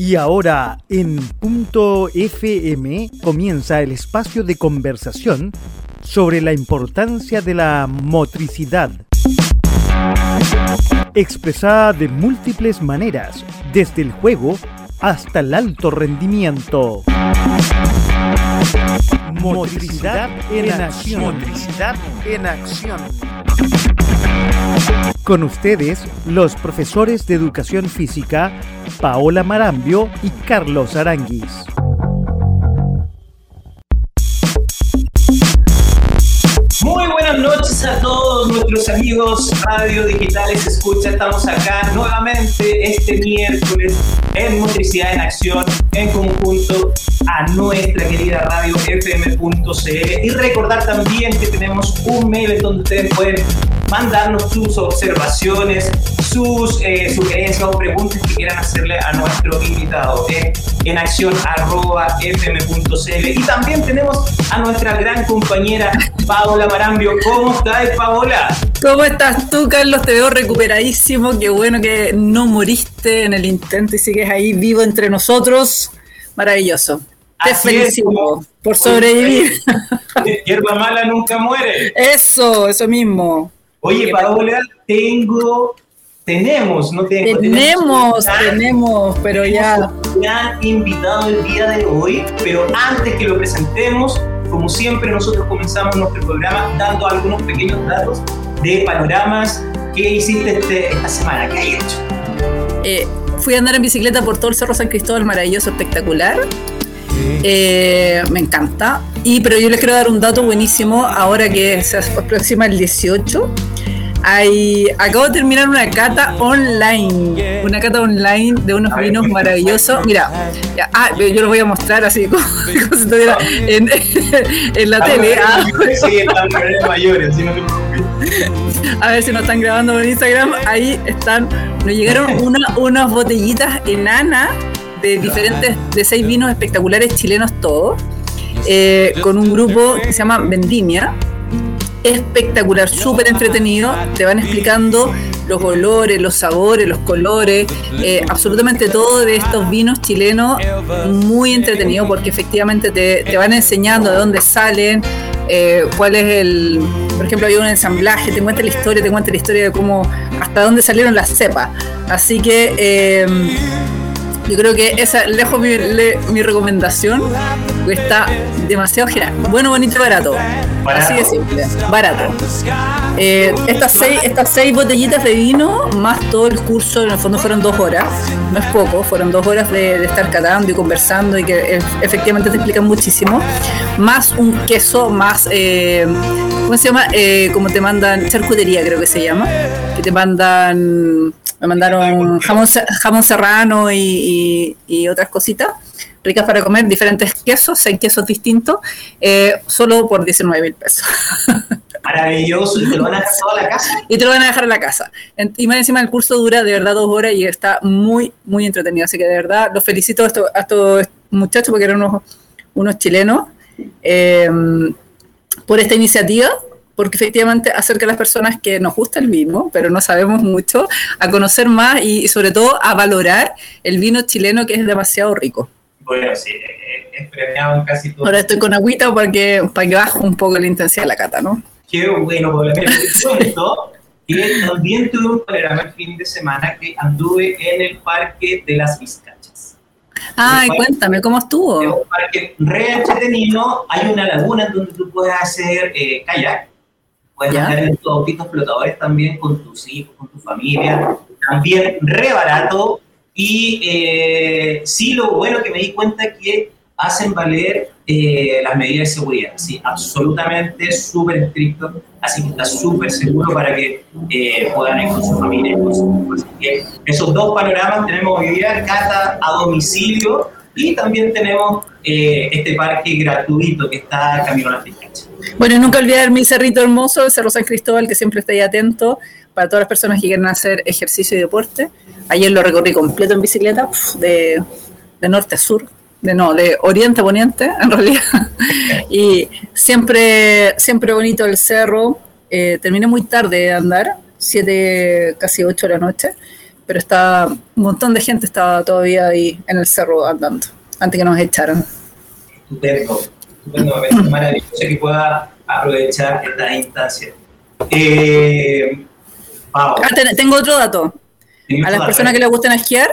Y ahora, en Punto FM, comienza el espacio de conversación sobre la importancia de la motricidad, expresada de múltiples maneras, desde el juego hasta el alto rendimiento. Motricidad en acción. Motricidad en acción. Con ustedes, los profesores de Educación Física, Paola Marambio y Carlos Aranguis. Muy buenas noches a todos nuestros amigos Radio Digitales Escucha. Estamos acá nuevamente este miércoles en Motricidad en Acción, en conjunto a nuestra querida radio fm.cl, y recordar también que tenemos un mail en donde ustedes pueden mandarnos sus observaciones, sus sugerencias o preguntas que quieran hacerle a nuestro invitado en acción@fm.cl. Y también tenemos a nuestra gran compañera Paola Marambio. ¿Cómo estás, Paola? ¿Cómo estás tú, Carlos? Te veo recuperadísimo. Qué bueno que no moriste en el intento y sigues ahí vivo entre nosotros. Maravilloso. Te felicito por sobrevivir. Hierba mala nunca muere. Eso mismo. Oye, Paola, tenemos, pero ya. Un gran invitado el día de hoy, pero antes que lo presentemos, como siempre, nosotros comenzamos nuestro programa dando algunos pequeños datos de panoramas. ¿Qué hiciste esta semana? ¿Qué has hecho? Fui a andar en bicicleta por todo el Cerro San Cristóbal, maravilloso, espectacular. Me encanta. Pero yo les quiero dar un dato buenísimo ahora que se aproxima el 18. Acabo de terminar una cata online de unos vinos maravillosos. Mira, yo los voy a mostrar así como si estuviera en la tele. Sí, están mayores, así no te preocupes. A ver si nos están grabando en Instagram. Ahí están. Nos llegaron unas botellitas enanas de 6 vinos espectaculares chilenos todos, con un grupo que se llama Vendimia. Espectacular, súper entretenido. Te van explicando los olores, los sabores, los colores, absolutamente todo de estos vinos chilenos. Muy entretenido porque efectivamente te van enseñando de dónde salen, cuál es por ejemplo, hay un ensamblaje, te cuenta la historia de cómo, hasta dónde salieron las cepas. Así que yo creo que esa, lejos mi recomendación, porque está demasiado genial. Bueno, bonito y barato. Así de simple, barato. Estas seis botellitas de vino, más todo el curso, en el fondo fueron 2 horas, no es poco, fueron 2 horas de estar catando y conversando y que efectivamente te explican muchísimo. Más un queso, más, ¿cómo se llama? Como te mandan, charcutería creo que se llama, que te mandan... Me mandaron jamón serrano y otras cositas ricas para comer, diferentes quesos, 6 quesos distintos, solo por 19.000 pesos. Maravilloso, ¿y te lo van a dejar toda la casa? Y te lo van a dejar a la casa. Y más encima el curso dura de verdad 2 horas y está muy, muy entretenido. Así que de verdad los felicito a estos muchachos porque eran unos chilenos por esta iniciativa, porque efectivamente acerca a las personas que nos gusta el vino, pero no sabemos mucho, a conocer más y sobre todo a valorar el vino chileno, que es demasiado rico. Bueno, sí, es premiado en casi todo. Ahora estoy con agüita para que baje un poco la intensidad de la cata, ¿no? Qué bueno, Paola. Te cuento que también tuve un programa el fin de semana que anduve en el Parque de las Vizcachas. Ay, cuéntame, ¿cómo estuvo? Es un parque re entretenido, hay una laguna donde tú puedes hacer kayak. Puedes andar en tus autitos flotadores también con tus hijos, con tu familia. También re barato. Y sí, lo bueno que me di cuenta es que hacen valer las medidas de seguridad. Sí, absolutamente súper estricto. Así que está súper seguro para que puedan ir con su familia y con sus hijos. Así que esos 2 panoramas tenemos hoy día, cata a domicilio, y también tenemos este parque gratuito que está camino a la Vizcacha. Bueno, y nunca olvidar mi cerrito hermoso, el Cerro San Cristóbal, que siempre está ahí atento para todas las personas que quieran hacer ejercicio y deporte. Ayer lo recorrí completo en bicicleta, de norte a sur, de oriente a poniente, en realidad. Y siempre bonito el cerro. Terminé muy tarde de andar, 7, casi 8 de la noche, pero está un montón de gente estaba todavía ahí en el cerro andando, antes que nos echaran. Estupendo, me parece maravilloso que pueda aprovechar esta instancia. Tengo otro dato. A las personas que les gustan esquiar,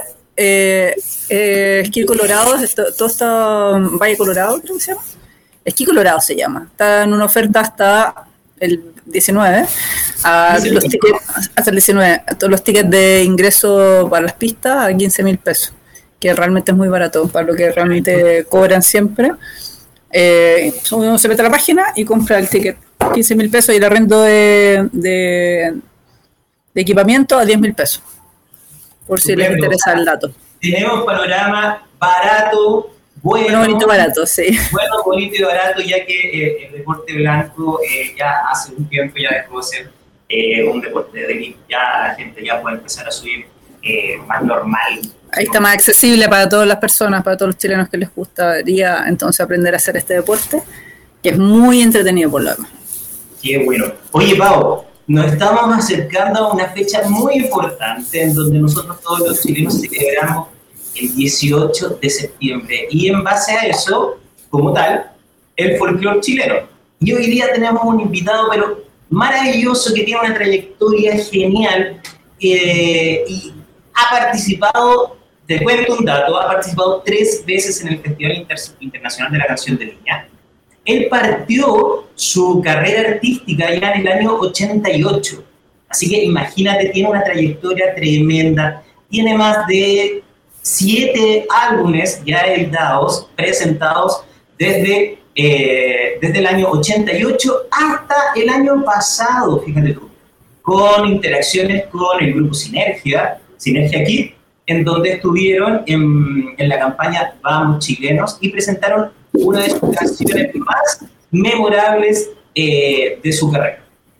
Esquí Colorado, todo está Valle Colorado, creo que se llama. Esquí Colorado se llama. Está en una oferta hasta el 19. Hasta el 19. Todos los tickets de ingreso para las pistas a 15.000 pesos. Que realmente es muy barato para lo que realmente cobran siempre. Uno se mete a la página y compra el ticket. 15.000 pesos y el arrendo de equipamiento a 10.000 pesos. Por si les interesa el dato. Tenemos un panorama barato, bueno, bonito, barato, sí. Bueno, bonito y barato, ya que el deporte blanco ya hace un tiempo ya dejó de ser un deporte de élite. Ya la gente ya puede empezar a subir más normal. Ahí está más accesible para todas las personas, para todos los chilenos que les gustaría entonces aprender a hacer este deporte, que es muy entretenido por lo demás. Qué bueno. Oye, Pau, nos estamos acercando a una fecha muy importante en donde nosotros todos los chilenos celebramos el 18 de septiembre y en base a eso, como tal, el folclore chileno. Y hoy día tenemos un invitado pero maravilloso que tiene una trayectoria genial y ha participado, te cuento un dato, ha participado 3 veces en el Festival Internacional de la Canción de Viña. Él partió su carrera artística ya en el año 88. Así que imagínate, tiene una trayectoria tremenda. Tiene más de 7 álbumes ya editados, presentados desde el año 88 hasta el año pasado, fíjate tú, con interacciones con el grupo Sinergia Kid, en donde estuvieron en la campaña Vamos Chilenos y presentaron una de sus canciones más memorables de su carrera.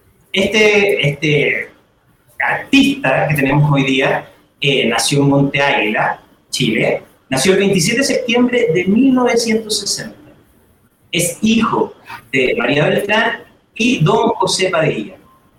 Este artista que tenemos hoy día nació en Monte Águila, Chile, nació el 27 de septiembre de 1960. Es hijo de María Beltrán y don José Padilla.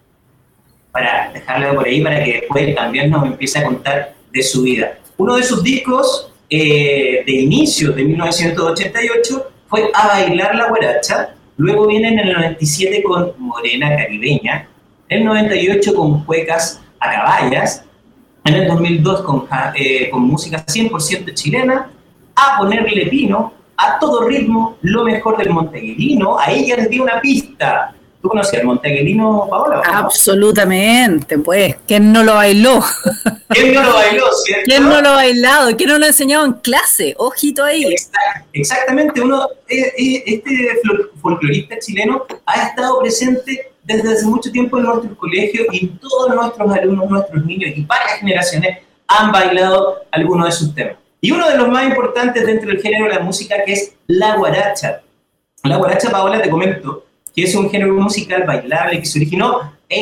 Para dejarlo por ahí, para que después también nos empiece a contar de su vida. Uno de sus discos de inicio de 1988 fue A Bailar la Guaracha, luego viene en el 97 con Morena Caribeña, en el 98 con Cuecas a Caballas, en el 2002 con música 100% chilena, A Ponerle Pino, A Todo Ritmo, Lo Mejor del Monteaguilino. Ahí ya les di una pista. ¿Tú conocías el Monteaguilino, Paola? Absolutamente, pues. ¿Quién no lo bailó? ¿Quién no lo bailó, cierto? ¿Quién no lo ha bailado? ¿Quién no lo ha enseñado en clase? Ojito ahí. Exactamente. Este folclorista chileno ha estado presente desde hace mucho tiempo en nuestros colegios y todos nuestros alumnos, nuestros niños y varias generaciones han bailado algunos de sus temas. Y uno de los más importantes dentro del género de la música, que es la guaracha. La guaracha, Paola, te comento, que es un género musical bailable que se originó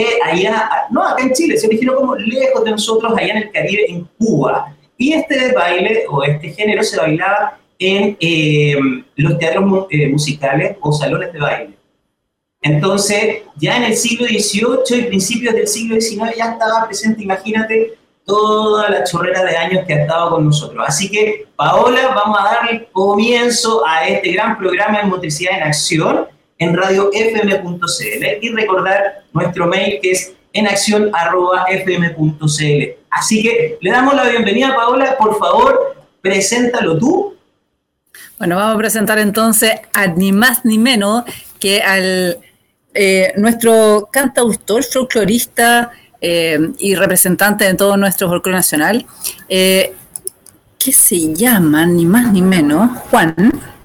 acá en Chile, se originó como lejos de nosotros, allá en el Caribe, en Cuba. Y este baile, o este género, se bailaba en los teatros musicales o salones de baile. Entonces, ya en el siglo XVIII y principios del siglo XIX ya estaba presente, imagínate, toda la chorrera de años que ha estado con nosotros. Así que, Paola, vamos a darle comienzo a este gran programa de Motricidad en Acción en radiofm.cl y recordar nuestro mail que es enaccion@fm.cl. Así que le damos la bienvenida a Paola. Por favor, preséntalo tú. Bueno, vamos a presentar entonces a ni más ni menos que al nuestro cantautor, folclorista y representante de todo nuestro folclore nacional, que se llama ni más ni menos Juan.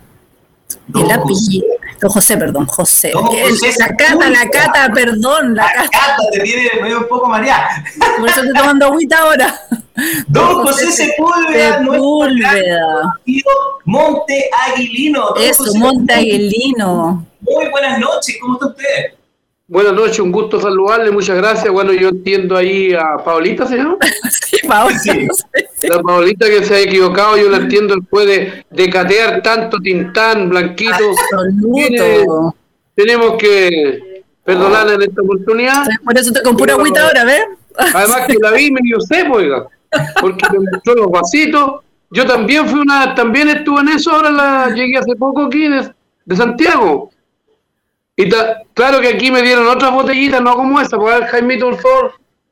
El apellido. José. La Cata, te tiene medio un poco mareada. Por eso estoy tomando agüita ahora. Don José Sepúlveda, nuestro Monteaguilino. Eso, Monteaguilino. Muy buenas noches, ¿cómo está usted? Buenas noches, un gusto saludarle, muchas gracias. Bueno, yo entiendo ahí a Paolita, ¿se llama? Sí, Paola. Sí. La Paolita que se ha equivocado, yo la entiendo, después de catear tanto Tintán, Blanquito. Absoluto. Tenemos que perdonarle en esta oportunidad. Por eso estoy con pura agüita ahora, ¿ves? Además que la vi y me dio cepo, oiga. porque me mostró los vasitos. Yo también también estuve en eso, ahora llegué hace poco aquí de Santiago. Y claro que aquí me dieron otras botellitas, no como esta, por favor, Jaimito, por favor.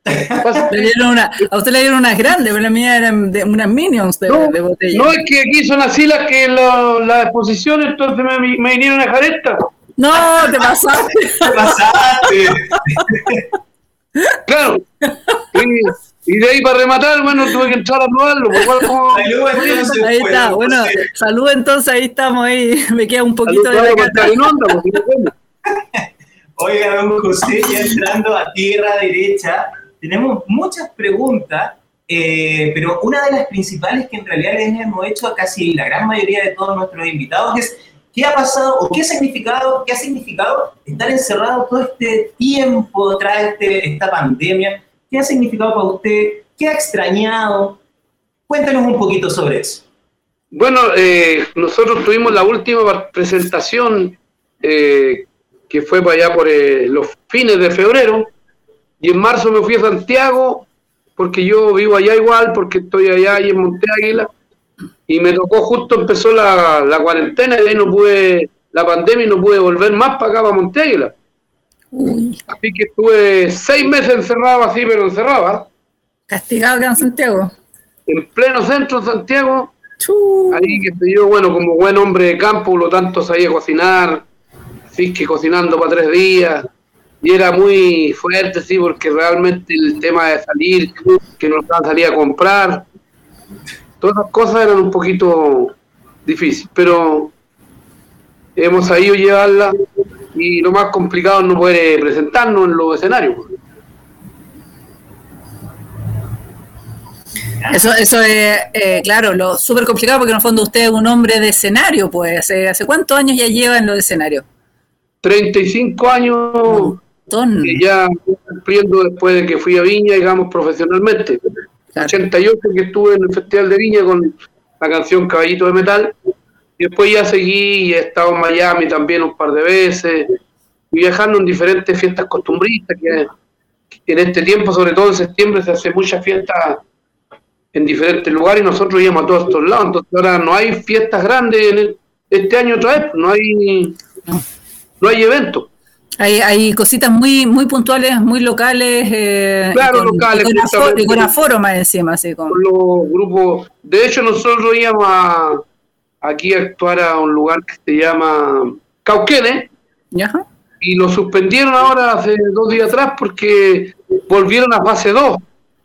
A usted le dieron unas grandes, pero la mía eran unas minions de botella. No, es que aquí son así las que la exposición, entonces me vinieron a dejar esta. No, te pasaste. Te pasaste. Claro. Y de ahí para rematar, bueno, tuve que entrar a probarlo. Salud, entonces, ahí está, bueno, salud entonces, ahí estamos, ahí me queda un poquito salud, de la cata. Oiga, don José, ya entrando a tierra derecha, tenemos muchas preguntas, pero una de las principales que en realidad les hemos hecho a casi la gran mayoría de todos nuestros invitados es ¿qué ha pasado o qué ha significado estar encerrado todo este tiempo tras esta pandemia? ¿Qué ha significado para usted? ¿Qué ha extrañado? Cuéntanos un poquito sobre eso. Bueno, nosotros tuvimos la última presentación que fue para allá por los fines de febrero, y en marzo me fui a Santiago, porque yo vivo allá igual, porque estoy allá y en Monte Águila, y me tocó justo, empezó la cuarentena, y ahí la pandemia, y no pude volver más para acá, para Monte Águila. Así que estuve 6 meses encerrado, así, pero encerrado. Castigado acá en Santiago. En pleno centro de Santiago. Ahí que yo, bueno, como buen hombre de campo, por lo tanto sabía cocinar, así que cocinando para 3 días. Y era muy fuerte, sí, porque realmente el tema de salir, que no salía a comprar, todas esas cosas eran un poquito difíciles, pero hemos sabido llevarla. Y lo más complicado es no poder presentarnos en los escenarios. Eso es, claro, lo súper complicado, porque en el fondo usted es un hombre de escenario, pues. ¿Hace cuántos años ya lleva en los escenarios? 35 años que ya cumpliendo después de que fui a Viña, digamos, profesionalmente. Claro. 88 que estuve en el Festival de Viña con la canción Caballito de Metal. Y después ya seguí y he estado en Miami también un par de veces, y viajando en diferentes fiestas costumbristas, que en este tiempo, sobre todo en septiembre, se hace muchas fiestas en diferentes lugares y nosotros íbamos a todos estos lados. Entonces ahora no hay fiestas grandes este año otra vez, no hay eventos. Hay cositas muy muy puntuales, muy locales. Claro, locales. Y con aforo más encima, así como. Con los grupos. De hecho, nosotros íbamos aquí a actuar a un lugar que se llama Cauquenes. ¿Ya? Y lo suspendieron ahora hace 2 días atrás porque volvieron a fase 2.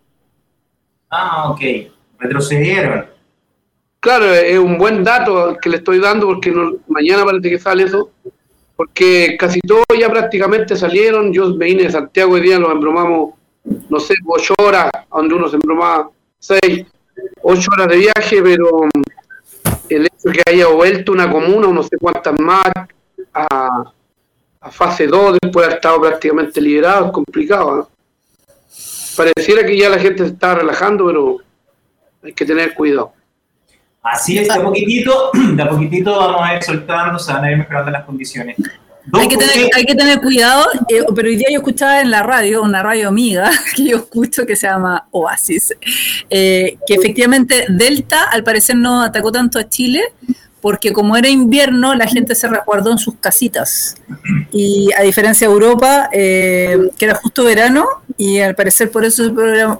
Ah, ok. Retrocedieron. Claro, es un buen dato que le estoy dando porque mañana parece que sale eso. Porque casi todos ya prácticamente salieron. Yo me vine de Santiago hoy día, nos embromamos, no sé, 8 horas, donde uno se embromaba 6, 8 horas de viaje, pero el hecho de que haya vuelto una comuna, no sé cuántas más, a fase 2, después de haber estado prácticamente liberado, es complicado. Pareciera que ya la gente se está relajando, pero hay que tener cuidado. Así es, de a poquitito vamos a ir soltando, se van a ir mejorando las condiciones. Hay que tener cuidado, pero hoy día yo escuchaba en la radio, una radio amiga que yo escucho que se llama Oasis, que efectivamente Delta al parecer no atacó tanto a Chile porque como era invierno la gente se resguardó en sus casitas, y a diferencia de Europa, que era justo verano, y al parecer por eso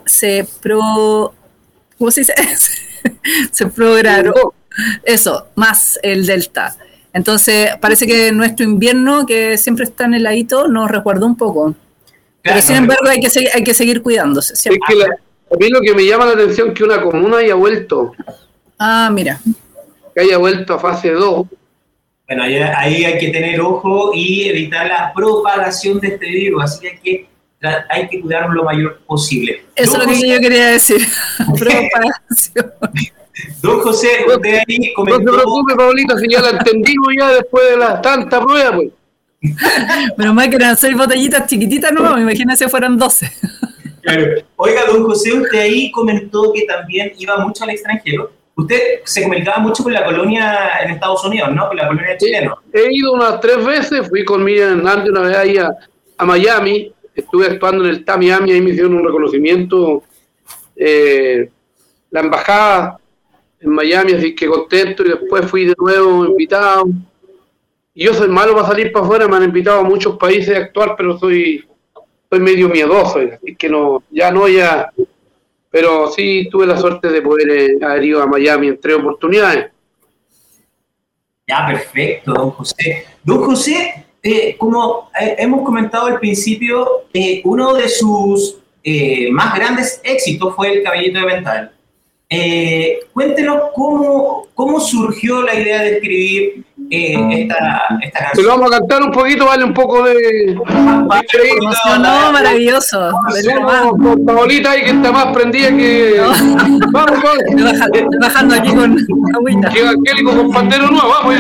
¿cómo se dice? Se programaron eso, más el Delta. Entonces parece que nuestro invierno, que siempre está en heladito, nos resguardó un poco. Claro, pero sin embargo hay que seguir cuidándose, ¿cierto? Es que a mí lo que me llama la atención es que una comuna haya vuelto. Ah, mira. Que haya vuelto a fase 2. Bueno, ahí hay que tener ojo y evitar la propagación de este virus, así que hay que cuidarnos lo mayor posible. Eso es lo que yo quería decir. Propagación. Don José, usted ahí comentó... No se preocupe, Pablito, si ya la entendimos ya después de las tantas pruebas, pues. Menos mal que eran 6 botellitas chiquititas, no, me imagino si fueran 12. Claro. Oiga, don José, usted ahí comentó que también iba mucho al extranjero. Usted se comunicaba mucho con la colonia en Estados Unidos, ¿no? Con la colonia chilena. He ido unas 3 veces, fui con mi hermano una vez ahí a Miami, estuve actuando en el Miami, ahí me hicieron un reconocimiento la embajada en Miami, así que contento, y después fui de nuevo invitado. Y yo soy malo para salir para afuera, me han invitado a muchos países a actuar, pero soy medio miedoso, así que ya, pero sí tuve la suerte de poder haber ido a Miami en 3 oportunidades. Ya, perfecto, don José. Don José, como hemos comentado al principio, uno de sus más grandes éxitos fue El Caballito de Metal. Cuéntenos cómo surgió la idea de escribir esta canción. Te lo vamos a cantar un poquito, vale, un poco de... No, maravilloso. Con Paolita ahí que está más prendida que... No. Vamos. Bajando aquí con agüita. Que Evangélico con Pandero nuevo, vamos.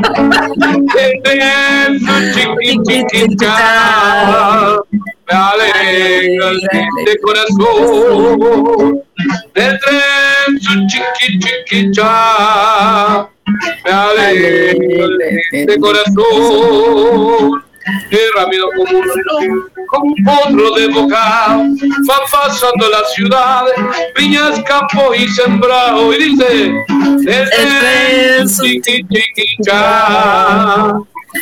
Me alegra de corazón, de su chiquicha, me alegra de corazón, que rápido como un reloj, como un potro de boca, va pasando las ciudades, viñas, campos y sembrado, y dice, de su chiquicha.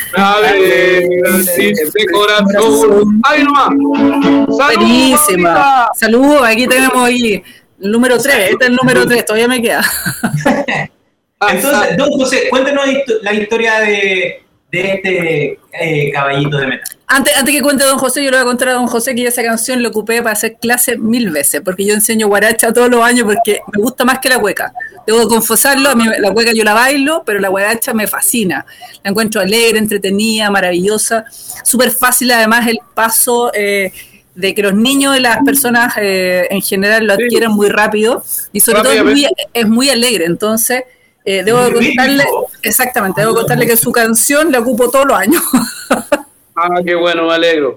De corazón. ¡Ay, nomás! Buenísima. Saludos, aquí tenemos el número 3. Este es el número 3, todavía me queda. Entonces, don José, cuéntenos la historia de este Caballito de Metal. Antes que cuente don José, yo le voy a contar a don José que esa canción la ocupé para hacer clase 1000 veces, porque yo enseño guaracha todos los años porque me gusta más que la cueca. Debo confesarlo, a mí la cueca yo la bailo, pero la guaracha me fascina. La encuentro alegre, entretenida, maravillosa, súper fácil además el paso de que los niños y las personas en general lo adquieran muy rápido y sobre todo es muy alegre, entonces... debo contarle que su canción la ocupo todos los años. Qué bueno, me alegro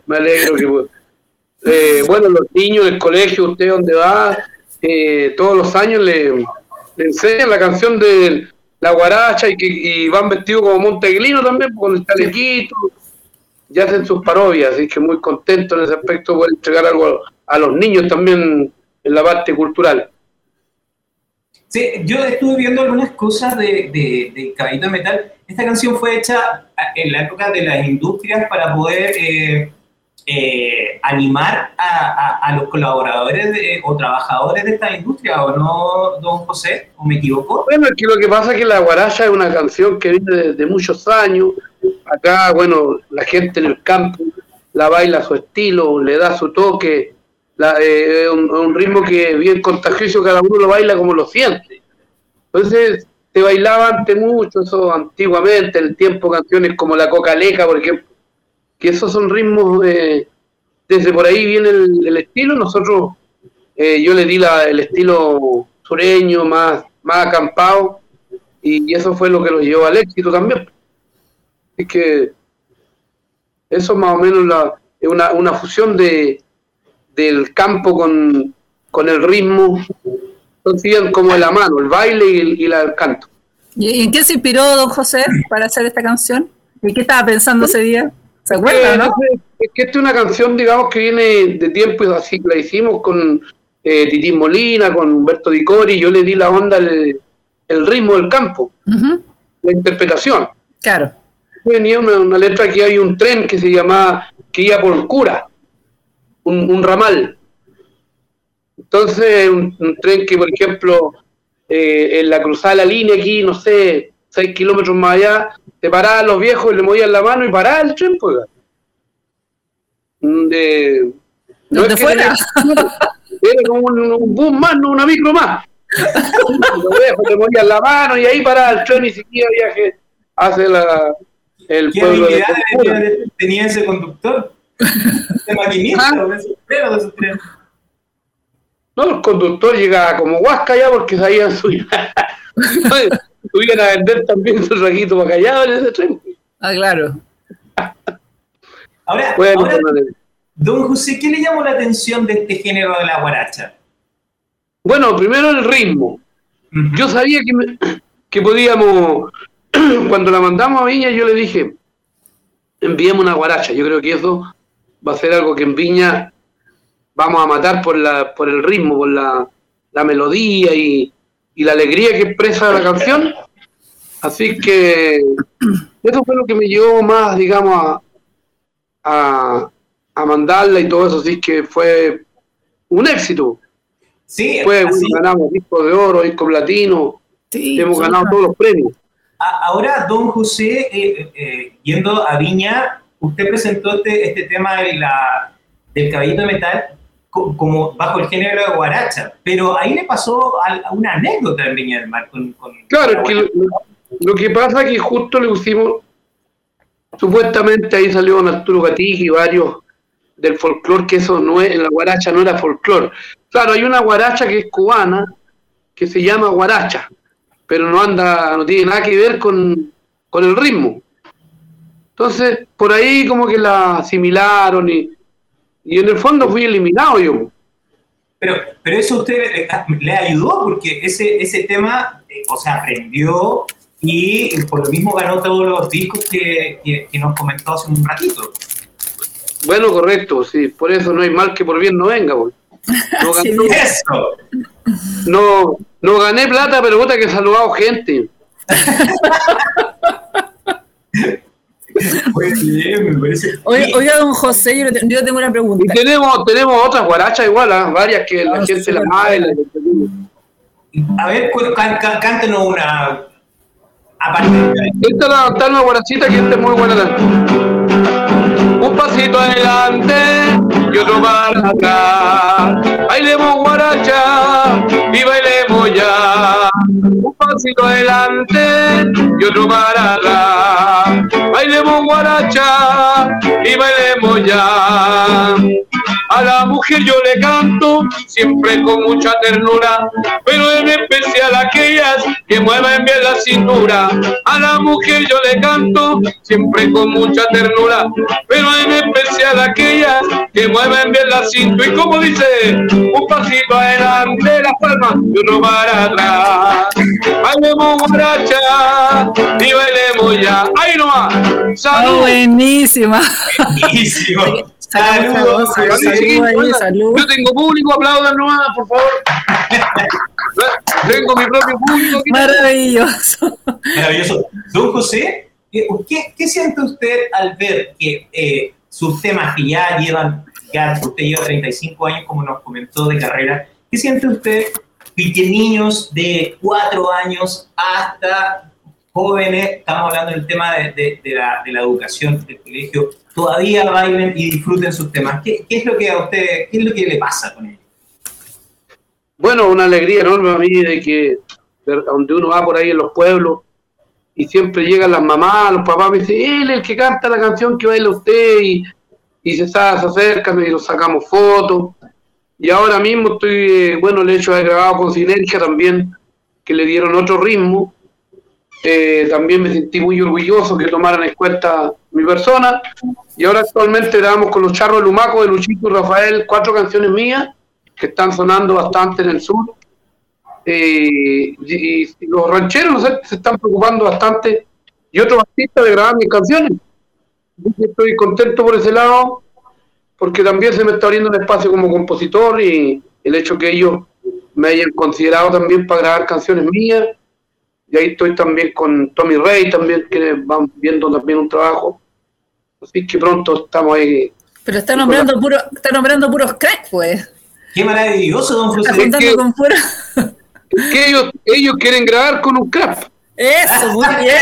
que bueno, los niños del colegio, usted donde va, todos los años le enseñan la canción de la guaracha y van vestidos como monteaguilino también, con el chalequito, y hacen sus parodias, así que muy contento en ese aspecto por entregar algo a los niños también en la parte cultural. Sí, yo estuve viendo algunas cosas de Caballito de Metal. Esta canción fue hecha en la época de las industrias para poder animar a los colaboradores o trabajadores de esta industria, ¿o no, don José? ¿O me equivoco? Bueno, es que lo que pasa es que la guaracha es una canción que viene desde muchos años. Acá, bueno, la gente en el campo la baila a su estilo, le da su toque. Un ritmo que es bien contagioso, cada uno lo baila como lo siente. Entonces se bailaba antes mucho eso antiguamente, en el tiempo, canciones como la Cocaleca, por ejemplo, que esos son ritmos desde por ahí viene el estilo. Nosotros yo le di el estilo sureño, más acampado, y eso fue lo que lo llevó al éxito también. Es que eso más o menos es una fusión del campo con el ritmo, entonces como de la mano, el baile y el canto. ¿Y en qué se inspiró don José para hacer esta canción? ¿Y qué estaba pensando ese día? ¿Se acuerda, no? Es que esta es una canción, digamos, que viene de tiempo, así la hicimos con Titín Molina, con Humberto Di Cori, yo le di la onda, el ritmo del campo, la interpretación. Claro. Venía una letra que hay un tren que se llamaba, que iba por Cura, un ramal. Entonces, un tren que, por ejemplo, en la cruzada de la línea aquí, no sé, 6 kilómetros más allá, te paraban los viejos y le movían la mano y paraba el tren, pues. ¿Dónde fuera? Era como un bus más, no una micro más. Los viejos le movían la mano y ahí paraba el tren y seguía viaje hacia el pueblo de Cultura. ¿Tenía ese conductor? ¿Ese maquinista? ¿De esos trenes? No, el conductor llegaba como Huasca ya porque sabían subir. Subían a vender también su raquito para callado en ese tren. Claro. Ahora, don José, ¿qué le llamó la atención de este género de la guaracha? Bueno, primero el ritmo. Yo sabía que podíamos, cuando la mandamos a Viña, yo le dije, enviemos una guaracha. Yo creo que eso va a ser algo que en Viña vamos a matar por el ritmo, la melodía y la alegría que expresa la canción. Así que eso fue lo que me llevó más, digamos, a mandarla y todo eso. Así que fue un éxito. Sí, ganamos disco de oro, disco platino, hemos ganado todos los premios. Ahora, don José, yendo a Viña, usted presentó este tema del Caballito de Metal como bajo el género de guaracha, pero ahí le pasó una anécdota en Viña del Mar. Claro, es que lo que pasa es que justo le pusimos, supuestamente ahí salió don Arturo Gatigi y varios del folclore, que eso no es, en la guaracha no era folclore. Claro, hay una guaracha que es cubana, que se llama guaracha, pero no tiene nada que ver con el ritmo. Entonces, por ahí como que la asimilaron y en el fondo fui eliminado yo. Pero eso usted le ayudó, porque ese tema, aprendió y por lo mismo ganó todos los discos que nos comentó hace un ratito. Bueno, correcto, sí, por eso no hay mal que por bien no venga, pues. No gané plata, pero puta que he saludado gente. Muy bien, me parece. Oiga, don José, yo tengo una pregunta. Y tenemos otras guarachas igual, varias que la gente la baila. A ver, cántenos una. Aparte. Esta es una guarachita que esta es muy buena. Un pasito adelante y otro para atrás. Bailemos guaracha y bailemos ya. Un pasito adelante y otro para atrás. Bailemos guaracha y bailemos ya. A la mujer yo le canto siempre con mucha ternura, pero en especial a aquellas que mueven bien la cintura. A la mujer yo le canto siempre con mucha ternura, pero en especial a aquellas que mueven bien la cintura. Y como dice, un pasito adelante las palmas y otro para atrás. Bailemos guaracha y bailemos ya. Ahí nomás. ¡Salud! Buenísima. Buenísimo. Saludos. Yo tengo público, aplaudan nomás, por favor. Tengo mi propio público. Maravilloso. Maravilloso. Don José, ¿qué siente usted al ver que sus temas que ya usted lleva 35 años, como nos comentó, de carrera, qué siente usted que niños de 4 años hasta jóvenes, estamos hablando del tema de la educación, del colegio, todavía bailen y disfruten sus temas? ¿Qué es lo que a usted, qué es lo que le pasa con ellos? Bueno, una alegría enorme a mí de que donde uno va por ahí en los pueblos y siempre llegan las mamás, los papás, me dicen, él es el que canta la canción que baila usted, y se acercan y nos sacamos fotos. Y ahora mismo estoy, el hecho de haber grabado con Sinergia también, que le dieron otro ritmo. También me sentí muy orgulloso que tomaran en cuenta mi persona, y ahora actualmente grabamos con los Charros de Lumaco, de Luchito y Rafael, 4 canciones mías que están sonando bastante en el sur, y los rancheros, no sé, se están preocupando bastante, y otros artistas de grabar mis canciones. Estoy contento por ese lado, porque también se me está abriendo un espacio como compositor, y el hecho que ellos me hayan considerado también para grabar canciones mías. Y ahí estoy también con Tommy Rey, también, que van viendo también un trabajo. Así que pronto estamos ahí. Pero está nombrando puros cracks, pues. Qué maravilloso, don José. Es que ellos quieren grabar con un crack. Eso, muy bien.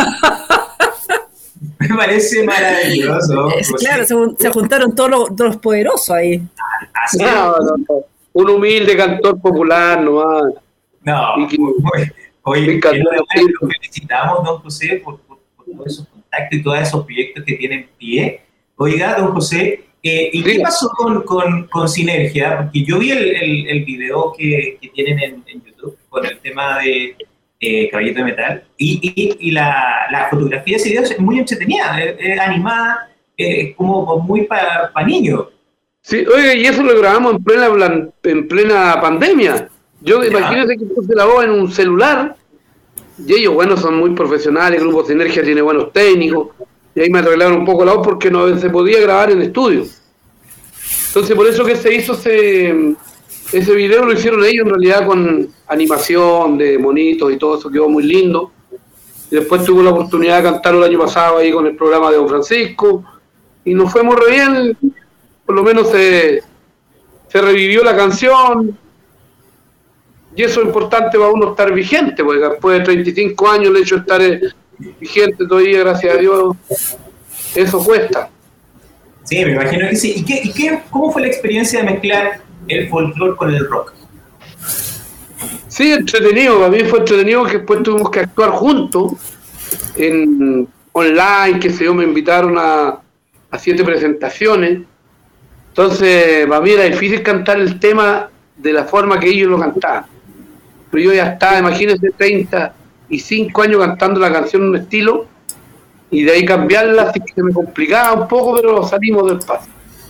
Me parece maravilloso. Claro, se juntaron todos los poderosos ahí. Así no. Un humilde cantor popular nomás. No, Oye, lo felicitamos, don José, por todos esos contactos y todos esos proyectos que tienen en pie. Oiga, don José, ¿y qué pasó con Sinergia? Porque yo vi el video que tienen en YouTube con el tema de Caballito de Metal, y la fotografía de ese video es muy entretenida, es animada, como muy para niños. Sí, oiga, y eso lo grabamos en plena pandemia. Imagínense que puse la voz en un celular, y ellos, son muy profesionales, el Grupo Sinergia tiene buenos técnicos, y ahí me arreglaron un poco la voz porque no se podía grabar en estudio. Entonces, por eso que se hizo Ese video lo hicieron ellos en realidad con animación de monitos y todo eso, quedó muy lindo. Y después tuve la oportunidad de cantarlo el año pasado ahí con el programa de Don Francisco y nos fuimos re bien, por lo menos se revivió la canción y eso es importante para uno estar vigente, porque después de 35 años el hecho de estar vigente todavía, gracias a Dios, eso cuesta. Sí, me imagino que sí. ¿Cómo fue la experiencia de mezclar el folclore con el rock? Sí, entretenido, para mí fue entretenido que después tuvimos que actuar juntos en online, que se yo, me invitaron a 7 presentaciones. Entonces, para mí era difícil cantar el tema de la forma que ellos lo cantaban. Pero yo ya estaba, imagínense, 35 años cantando la canción en un estilo, y de ahí cambiarla, así que se me complicaba un poco, pero salimos del paso.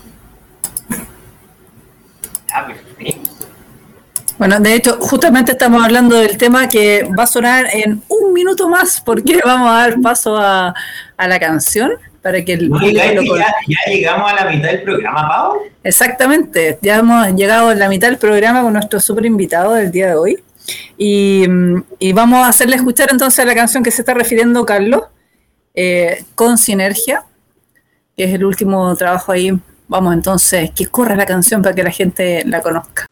Bueno, de hecho, justamente estamos hablando del tema que va a sonar en un minuto más, porque vamos a dar paso a la canción para que ya llegamos a la mitad del programa, Pau. Exactamente, ya hemos llegado a la mitad del programa con nuestro súper invitado del día de hoy. Y vamos a hacerle escuchar entonces a la canción que se está refiriendo Carlos, con Sinergia, que es el último trabajo ahí. Vamos entonces, que corra la canción para que la gente la conozca.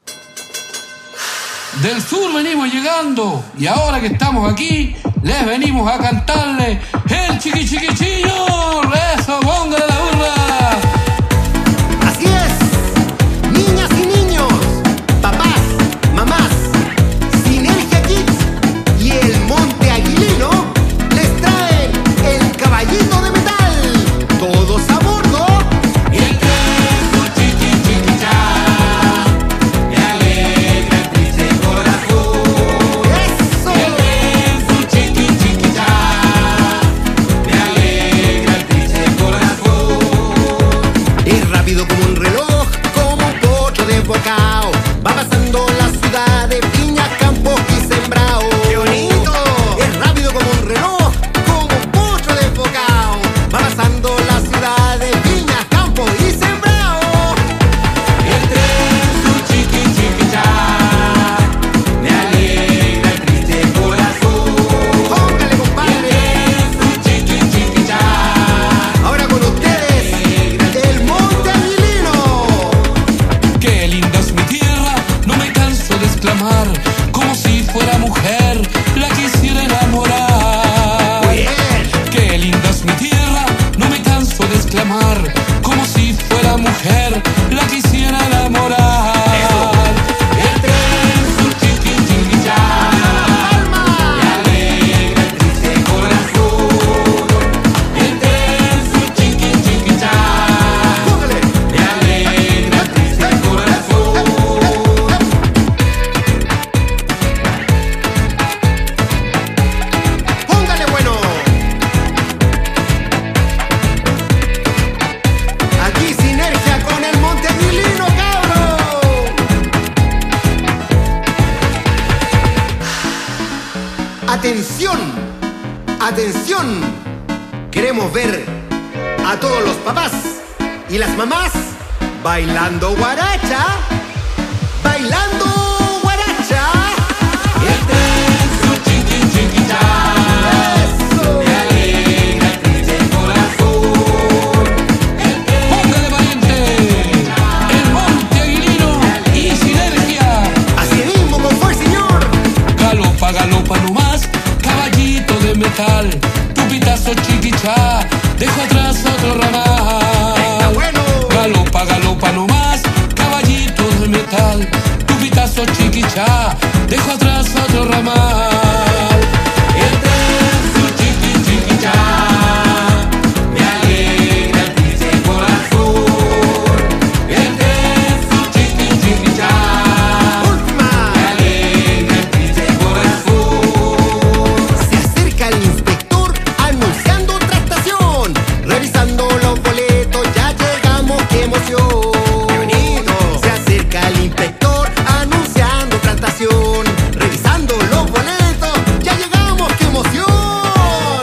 Del sur venimos llegando y ahora que estamos aquí les venimos a cantarle el chiqui chiquichillo. Eso, póngale la burra. Así es, niñas y niños, papás, mamás, Sinergia Kids y el Monte Aguilino les traen el caballito de metal. Todos a bordo. Y el tren su chiqui chiquichá me alegra el triste corazón. ¡Eso! Y el tren su chiqui chiquichá me alegra el triste corazón. Es rápido como un reloj, como un potro desbocado. Va pasando la ciudad de Viña, Campos y Sembrao. ¡Qué bonito! Es rápido como un reloj, como un potro desbocado. Va pasando la ciudad de Viña, Campos y Sembrao. Y el tren su chiqui chiquichá me alegra el triste corazón. Póngale, Y el compadre. tren su chiqui chiquichá. Ahora con ustedes, el Monte Aguilino. Qué linda es mi tierra, no me canso de exclamar, como si fuera mujer, la quisiera enamorar. Muy bien. Qué linda es mi tierra, no me canso de exclamar, como si fuera mujer, la quisiera enamorar. El tren su chiqui chiquichá me alegra el triste corazón. El tren su chiqui chiquichá Póngale. me alegra el triste corazón. Póngale bueno. Aquí Sinergia con el Monte Aguilino, cabro. Atención, atención. Queremos ver a todos los papás y las mamás bailando guaracha. Bailando guaracha. El tren su chiqui chiquichá me alegra el triste corazón. Póngale valiente, el Monte Aguilino y Sinergia. Así mismo, con fuerza, señor. Galopa, galopa nomás, caballito de metal. Tu pitazo chiquichá, dejo atrás otro ramal. Está bueno. Galopa, galopa nomás, caballito de metal. Tu pitazo chiquichá, dejo atrás otro ramal. El tren su chiqui chiquichá me alegra el triste corazón. El tren su chiqui chiquichá Última. me alegra el triste corazón. Se acerca el inspector anunciando otra estación. Revisando los boletos, ya llegamos, qué emoción. ¡Qué bonito! Se acerca el inspector anunciando otra estación. Revisando los boletos, ya llegamos, qué emoción.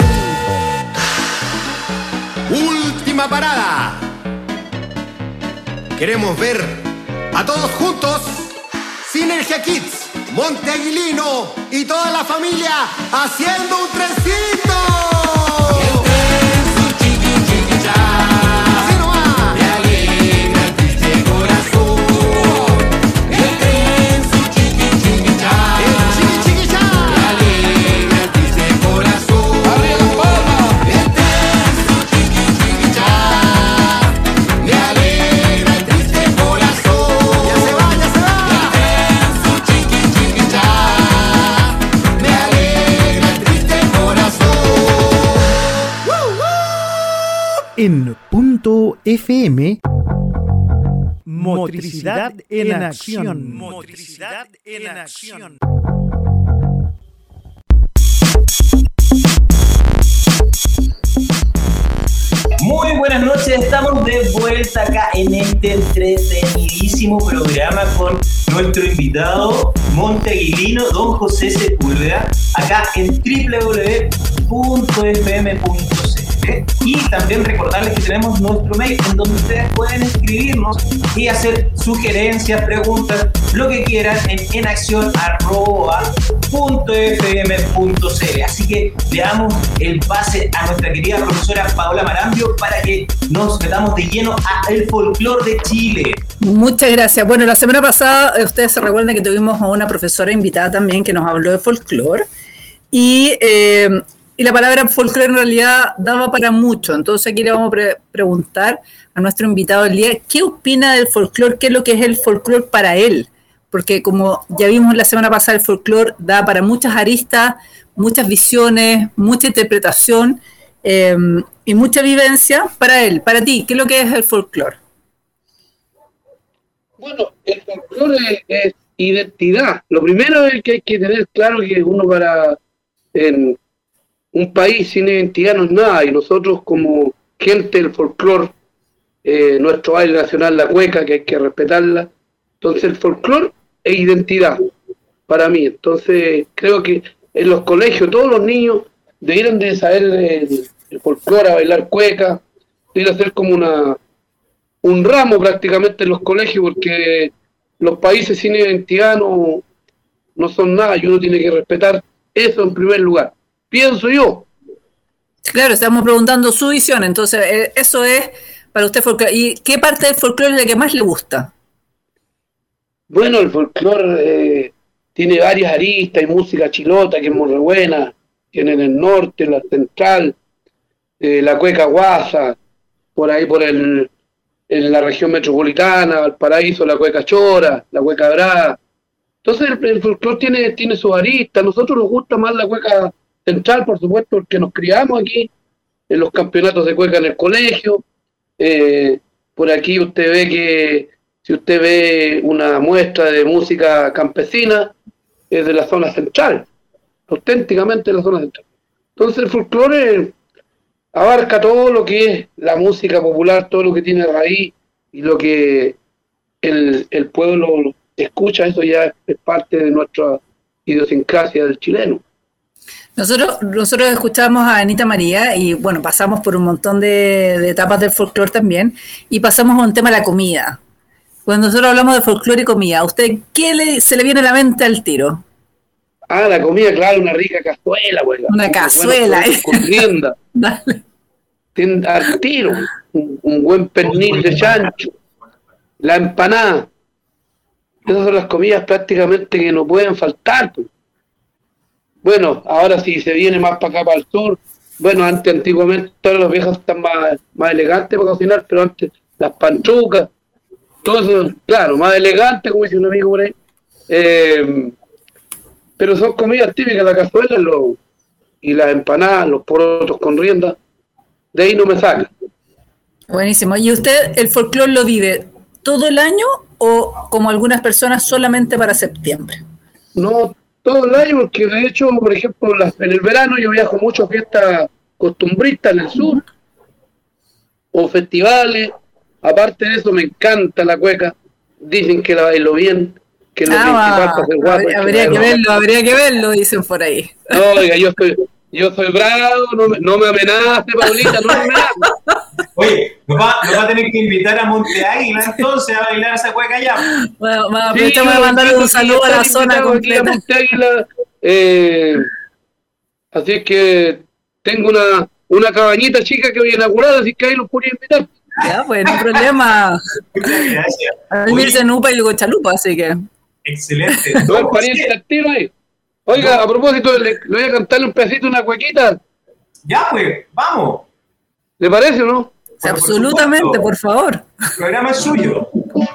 Última parada. Queremos ver a todos juntos Sinergia Kids, Monte Aguilino y toda la familia haciendo un trencito. En Punto FM, motricidad en acción. Motricidad en acción. Muy buenas noches, estamos de vuelta acá en este entretenidísimo programa con nuestro invitado monteaguilino, don José Sepúlveda, acá en www.fm.cl. Y también recordarles que tenemos nuestro mail en donde ustedes pueden escribirnos y hacer sugerencias, preguntas, lo que quieran en enaccion@.fm.cl. Así que le damos el pase a nuestra querida profesora Paola Marambio para que nos metamos de lleno al folclore de Chile. Muchas gracias. Bueno, la semana pasada ustedes se recuerdan que tuvimos a una profesora invitada también que nos habló de folclore y la palabra folclore en realidad daba para mucho. Entonces aquí le vamos a preguntar a nuestro invitado del día qué opina del folclore, qué es lo que es el folclore para él. Porque como ya vimos la semana pasada, el folclore da para muchas aristas, muchas visiones, mucha interpretación y mucha vivencia para él. Para ti, ¿qué es lo que es el folclore? Bueno, el folclore es identidad. Lo primero es que hay que tener claro que uno en un país sin identidad no es nada, y nosotros como gente del folclore, nuestro baile nacional, la cueca, que hay que respetarla. Entonces el folclore es identidad para mí. Entonces creo que en los colegios todos los niños debieran de saber el folclore, a bailar cueca, debería ser como un ramo prácticamente en los colegios, porque los países sin identidad no son nada, y uno tiene que respetar eso en primer lugar. Pienso yo. Claro, estamos preguntando su visión, entonces eso es para usted folclore. ¿Y qué parte del folclore es la que más le gusta? Bueno, el folclore tiene varias aristas, hay música chilota que es muy buena, tiene en el norte, en la central, la cueca guasa, por ahí en la región metropolitana, Valparaíso, la cueca chora, la cueca brava. Entonces el folclore tiene su arista. A nosotros nos gusta más la cueca central, por supuesto, porque nos criamos aquí en los campeonatos de cueca en el colegio. Por aquí usted ve que, si usted ve una muestra de música campesina, es de la zona central, auténticamente de la zona central. Entonces el folclore abarca todo lo que es la música popular, todo lo que tiene raíz y lo que el pueblo escucha. Eso ya es parte de nuestra idiosincrasia del chileno. Nosotros escuchamos a Anita María y bueno, pasamos por un montón de etapas del folclore también, y pasamos a un tema de la comida. Cuando nosotros hablamos de folclore y comida, ¿a usted qué se le viene a la mente al tiro? Ah, la comida, claro, una rica cazuela, güey. Una cazuela. Bueno, con rienda. Dale. Al tiro, un buen pernil de chancho, la empanada. Esas son las comidas prácticamente que no pueden faltar, pues. Bueno, ahora sí se viene más para acá, para el sur. Bueno, antiguamente todos los viejos están más elegantes para cocinar, pero antes las panchucas, todo eso, claro, más elegante, como dice un amigo por ahí. Pero son comidas típicas, la cazuela y las empanadas, los porotos con rienda. De ahí no me saca. Buenísimo. ¿Y usted el folclore lo vive todo el año o como algunas personas solamente para septiembre? No, todo el año, porque de hecho, por ejemplo, en el verano yo viajo mucho a fiestas costumbristas en el sur, o festivales. Aparte de eso, me encanta la cueca. Dicen que la bailo bien, que lo principal para ser guapo. Habría que verlo, dicen por ahí. No, oiga, yo soy bravo, no me amenace, Paulita, no me amenace. Oye, nos va a tener que invitar a Monte Águila entonces a bailar esa cueca allá. Bueno, aprovechamos de mandarle un saludo a la zona completa. Monte Águila, así es que tengo una cabañita chica que voy a inaugurar, así que ahí los podría invitar. Ya, pues, no hay problema. Gracias. A mí me dicen Upa y digo Chalupa, así que... Excelente. No, el pariente al tiro ahí. Oiga, a propósito, le voy a cantarle un pedacito, una cuequita. Ya, pues, vamos. ¿Le parece o no? Sí, absolutamente, por favor. El programa es suyo.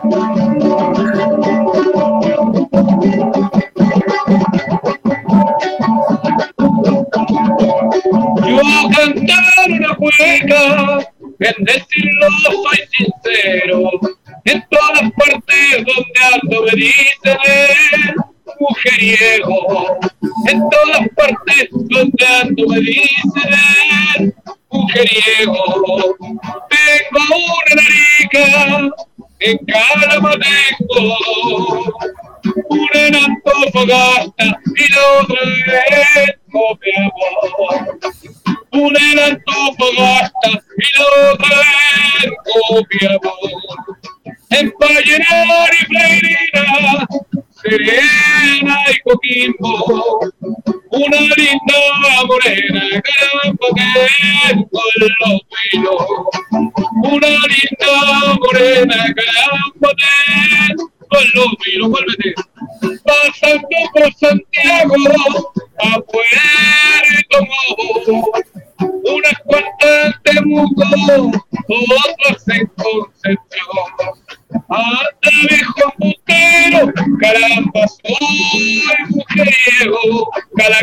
Yo cantar una cueca, en decirlo soy sincero, en todas partes donde ando me dicen mujeriego, en todas partes donde ando me dicen mujeriego. Tengo una narica, en Calama tengo una en Antofagasta y la otra en Copiapó. Una en Antofagasta y la otra en Copiapó. En Vallenar y Freirina, Serena y Coquimbo, una linda morena, caramba que con los pinos. Una linda morena, caramba que con los pinos. Vuélvete. Pasando por Santiago, a Puerto Montt, unas cuantas en Temuco, otras en Concepción. Anda viejo putero, caramba soy mujeriego, cala,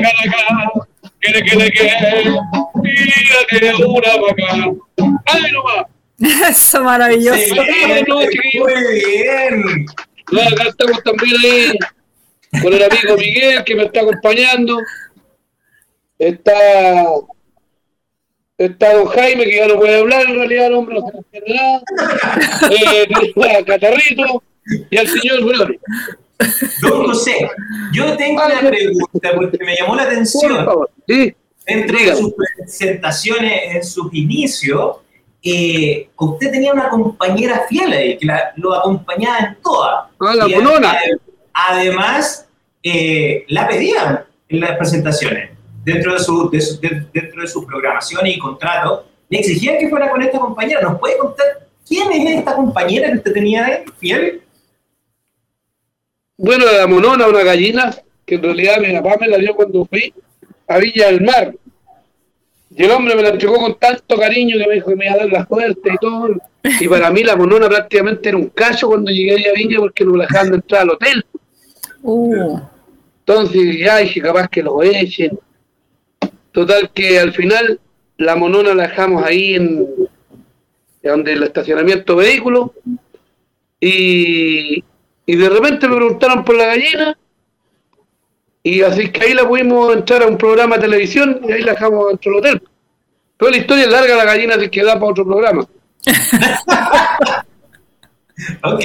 que, tírate una vaca. ¡Ay, nomás! Eso, maravilloso. Muy bien. Acá estamos también ahí con el amigo Miguel que me está acompañando. Está don Jaime, que ya no puede hablar, en realidad el hombre no se entiende nada. Tenemos a Catarrito y al señor Briones. Don José, yo tengo una pregunta porque me llamó la atención. Por favor, sí. Entre sus presentaciones en sus inicios, usted tenía una compañera fiel ahí, que lo acompañaba en todas. Ah, la monona. Además, la pedían en las presentaciones. Dentro de su programación y contrato, le exigían que fuera con esta compañera. ¿Nos puede contar quién es esta compañera que usted tenía fiel? Bueno, la monona, una gallina, que en realidad mi papá me la dio cuando fui a Villa del Mar. Y el hombre me la entregó con tanto cariño que me dijo que me iba a dar la suerte y todo. Y para mí la monona prácticamente era un cacho cuando llegué ahí a Villa porque no me dejaban de entrar al hotel. Entonces ya dije, capaz que lo echen. Total que al final la monona la dejamos ahí en donde el estacionamiento de vehículos y de repente me preguntaron por la gallina y así que ahí la pudimos entrar a un programa de televisión y ahí la dejamos dentro del hotel. Pero la historia es larga, la gallina se queda para otro programa. Ok.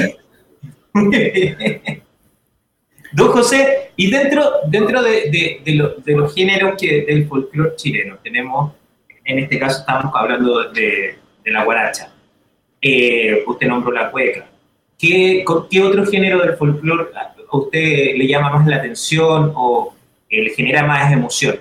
Don José, y dentro de los géneros del folclore chileno, tenemos, en este caso estamos hablando de la guaracha. Usted nombró la cueca. ¿Qué otro género del folclore a usted le llama más la atención o le genera más emoción?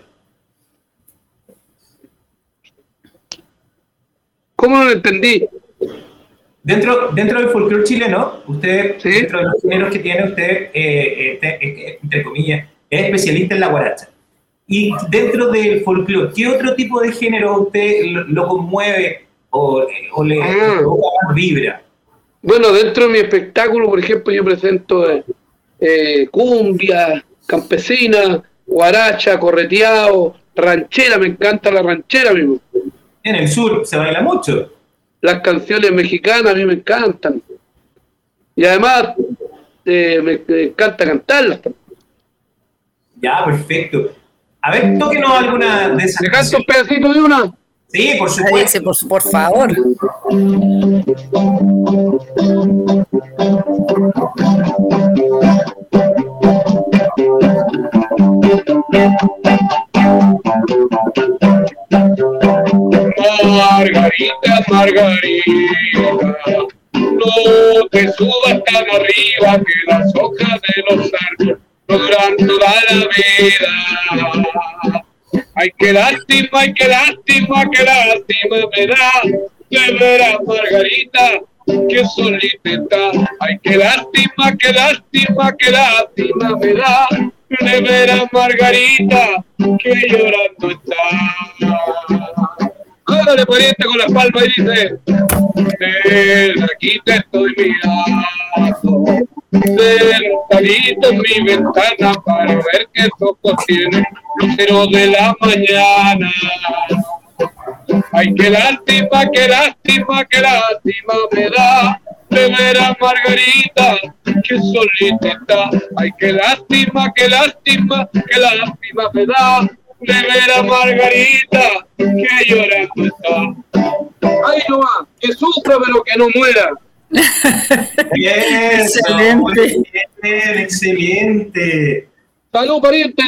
¿Cómo no lo entendí? Dentro del folclore chileno, usted, ¿sí? Dentro de los géneros que tiene usted, entre comillas, es especialista en la guaracha. Y dentro del folclore, ¿qué otro tipo de género usted lo conmueve o le provoca más vibra? Bueno, dentro de mi espectáculo, por ejemplo, yo presento cumbia, campesina, guaracha, correteado, ranchera, me encanta la ranchera mismo. En el sur se baila mucho. Las canciones mexicanas a mí me encantan. Y además me encanta cantarlas. Ya, perfecto. A ver, tóquenos alguna de esas. ¿Me canto un pedacito de una? Sí, por supuesto. Por favor. Margarita margarita. No te subas tan arriba que las hojas de los árboles no duran toda la vida. Ay, qué lástima me da de ver a Margarita que solita está. Ay, qué lástima me da de ver a Margarita que llorando está. Ándale, pariente, con la palma y dice: desde aquí te estoy mirando, sentadito en mi ventana para ver qué ojos tiene lucero de la mañana. Ay, qué lástima me da de ver a Margarita que solita está. Ay, qué lástima me da de ver a Margarita que llorando está. Ay, no va, que sufra pero que no muera. Bien, Excelente. Excelente. Salud, pariente.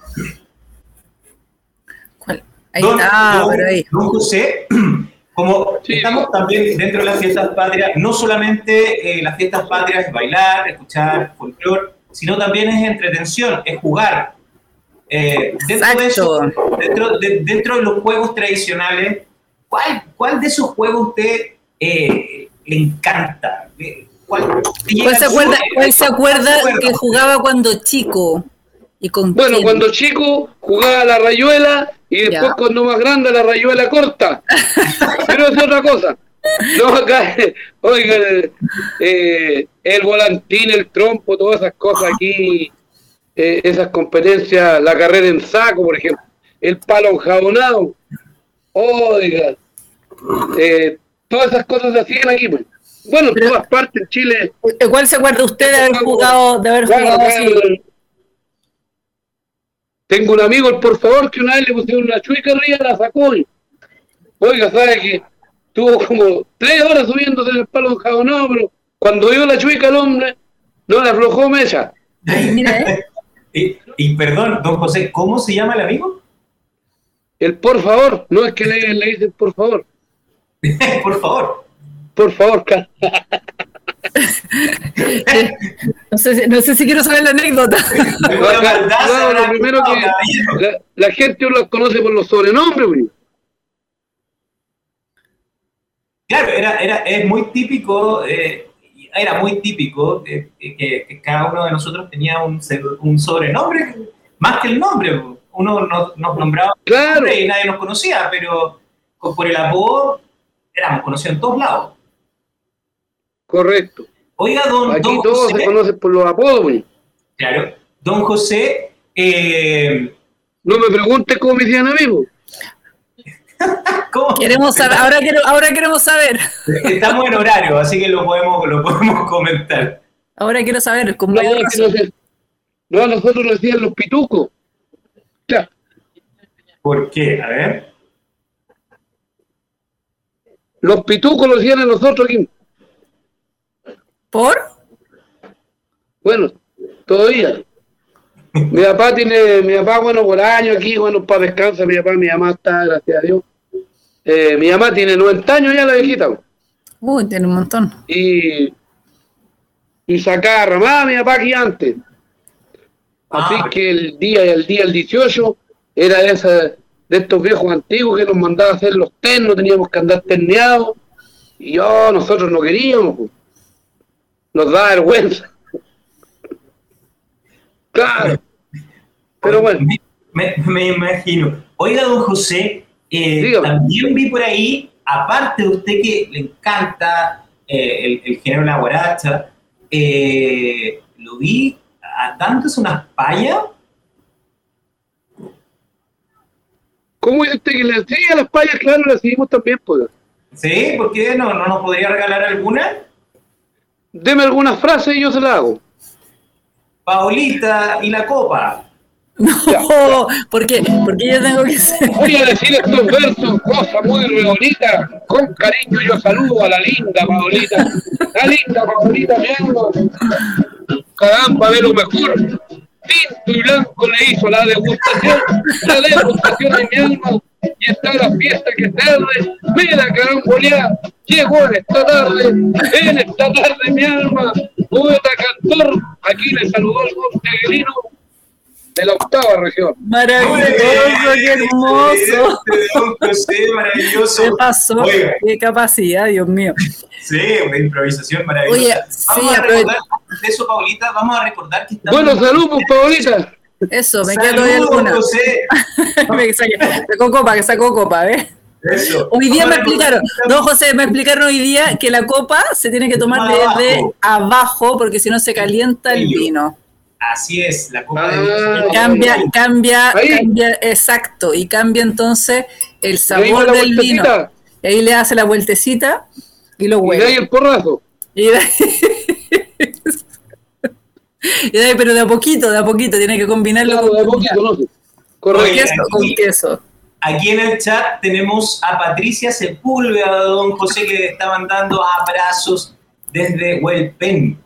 Ahí está, pero ahí. Don José, como Sí. estamos también dentro de las fiestas patrias, no solamente las fiestas patrias es bailar, escuchar folclore, sino también es entretención, es jugar. Dentro de eso, dentro de los juegos tradicionales, ¿cuál de esos juegos usted le encanta? ¿Cuál se acuerda que jugaba cuando chico? ¿Y con Bueno, quién? cuando chico jugaba a la rayuela y después Ya. cuando más grande la rayuela corta. Pero es otra cosa. No, acá, oiga, el volantín, el trompo, todas esas cosas aquí, esas competencias, la carrera en saco, por ejemplo, el palo enjabonado, oiga, todas esas cosas se hacían aquí, pues. Bueno, en todas partes en Chile. ¿Cuál se acuerda usted de haber jugado Claro, así? tengo un amigo, el por favor, que una vez le pusieron una chuica arriba y la sacó. Oiga, ¿sabe que tuvo como 3 horas subiéndose en el palo enjabonado, pero cuando vio la chuica el hombre, no le aflojó mecha? Mira, y perdón, don José, ¿cómo se llama el amigo? El por favor, no es que le dicen por favor. Por favor. Por favor, no sé si quiero saber la anécdota. lo primero que la gente los conoce por los sobrenombres, güey. Claro, es muy típico, era muy típico que cada uno de nosotros tenía un sobrenombre, más que el nombre. Uno nos nombraba Claro. y nadie nos conocía, pero por el apodo éramos conocidos en todos lados. Correcto. Oiga, Aquí don todos José, se conocen por los apodos, güey. claro, don José, No me preguntes cómo me decían a mí, güey. ¿cómo? Queremos saber, ahora queremos saber. Estamos en horario, así que lo podemos comentar. Ahora quiero saber, con No, mayor que razón. no, a nosotros nos decían los pitucos. Ya. ¿Por qué? A ver. Los pitucos los decían a nosotros aquí. ¿Por? Bueno, todavía. Mi papá, bueno, por años aquí, bueno, para descansar, mi mamá está, gracias a Dios. Mi mamá tiene 90 años ya, la viejita. Uy, tiene un montón. Y sacaba ramada mi papá aquí antes. Así que el 18 era de estos viejos antiguos que nos mandaba a hacer los ternos, teníamos que andar terneados. Y nosotros no queríamos, pues. Nos da vergüenza. Claro. Pero bueno. Me imagino. Oiga, don José, también vi por ahí, aparte de usted que le encanta el género de la guaracha, lo vi dándose unas payas. ¿Cómo dice usted que le sigue a las payas? Claro, las seguimos también, pues. ¿Sí? ¿Por qué no nos podría regalar alguna? Deme algunas frases y yo se las hago. Paolita y la copa. No, ¿por qué? Porque yo tengo que ser. Voy a decir estos versos, cosa muy bonita. Con cariño yo saludo a la linda Paolita. La linda Paolita, mi alma. Caramba, ve lo mejor. Tinto y blanco le hizo la degustación de mi alma. y está la fiesta que tarde, mira carambolear, llegó en esta tarde mi alma, poeta cantor, aquí le saludó el monteguerino de la 8ª región. Maravilloso, qué hermoso. Don José, maravilloso. ¿Qué pasó? Oiga. Qué capacidad, Dios mío. Sí, una improvisación maravillosa. Oye, vamos a recordar eso, Paulita, vamos a recordar que estamos... Bueno, saludos, Paulita. Eso, me queda todavía alguna. José. Que sacó copa, ¿ves? Eso. Hoy día me explicaron, don José, me explicaron hoy día que la copa se tiene que tomar desde abajo porque si no se calienta el vino. Así es, la copa cambia, exacto, y cambia entonces el sabor del vino. Y ahí le hace la vueltecita y lo huele. Y de ahí el porrazo. Y de ahí, pero de a poquito, tiene que combinarlo de a poquito, no sé. Correcto. Con queso. Aquí en el chat tenemos a Patricia Sepúlveda, don José, que le está mandando abrazos desde Huelpén.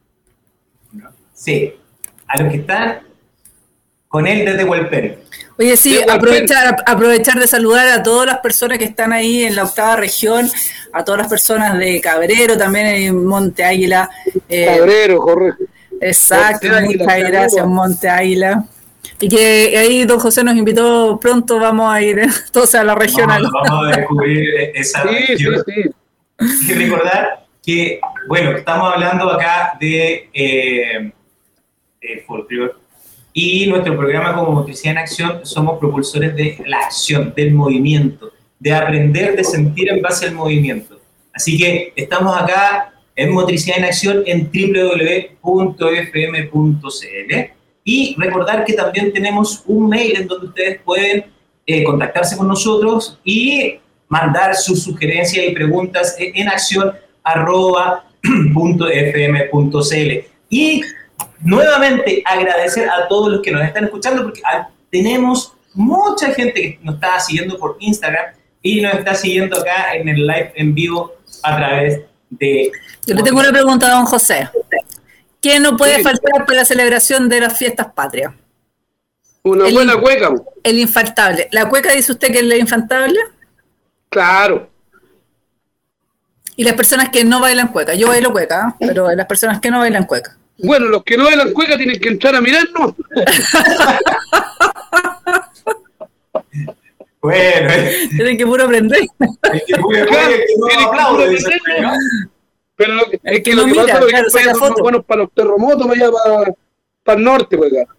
Sí, a los que están con él desde Huelpén. Oye, sí, aprovechar de saludar a todas las personas que están ahí en la 8ª región, a todas las personas de Cabrero, también en Monte Águila. Cabrero, correcto. Exacto, muchas gracias, Monte Águila. Y que ahí don José nos invitó, pronto vamos a ir entonces a la región. Vamos a descubrir esa región. Sí. Y recordar que, bueno, estamos hablando acá de folclore. Y nuestro programa como Motricidad en Acción somos propulsores de la acción, del movimiento, de aprender, de sentir en base al movimiento. Así que estamos acá en Motricidad en Acción en www.fm.cl y recordar que también tenemos un mail en donde ustedes pueden contactarse con nosotros y mandar sus sugerencias y preguntas en acción@.fm.cl. Y nuevamente agradecer a todos los que nos están escuchando porque tenemos mucha gente que nos está siguiendo por Instagram y nos está siguiendo acá en el live en vivo a través de... Yo le tengo una pregunta a don José. ¿Qué no puede faltar para la celebración de las fiestas patrias? Una buena cueca. El infaltable. ¿La cueca dice usted que es la infaltable? Claro. Y las personas que no bailan cueca. Yo bailo cueca, pero las personas que no bailan cueca. Bueno, los que no bailan cueca tienen que entrar a mirarnos. Bueno, tienen que puro aprender. Pero es que lo que pasa es que son muy buenos para los terremotos, para allá, para el norte, pues acá.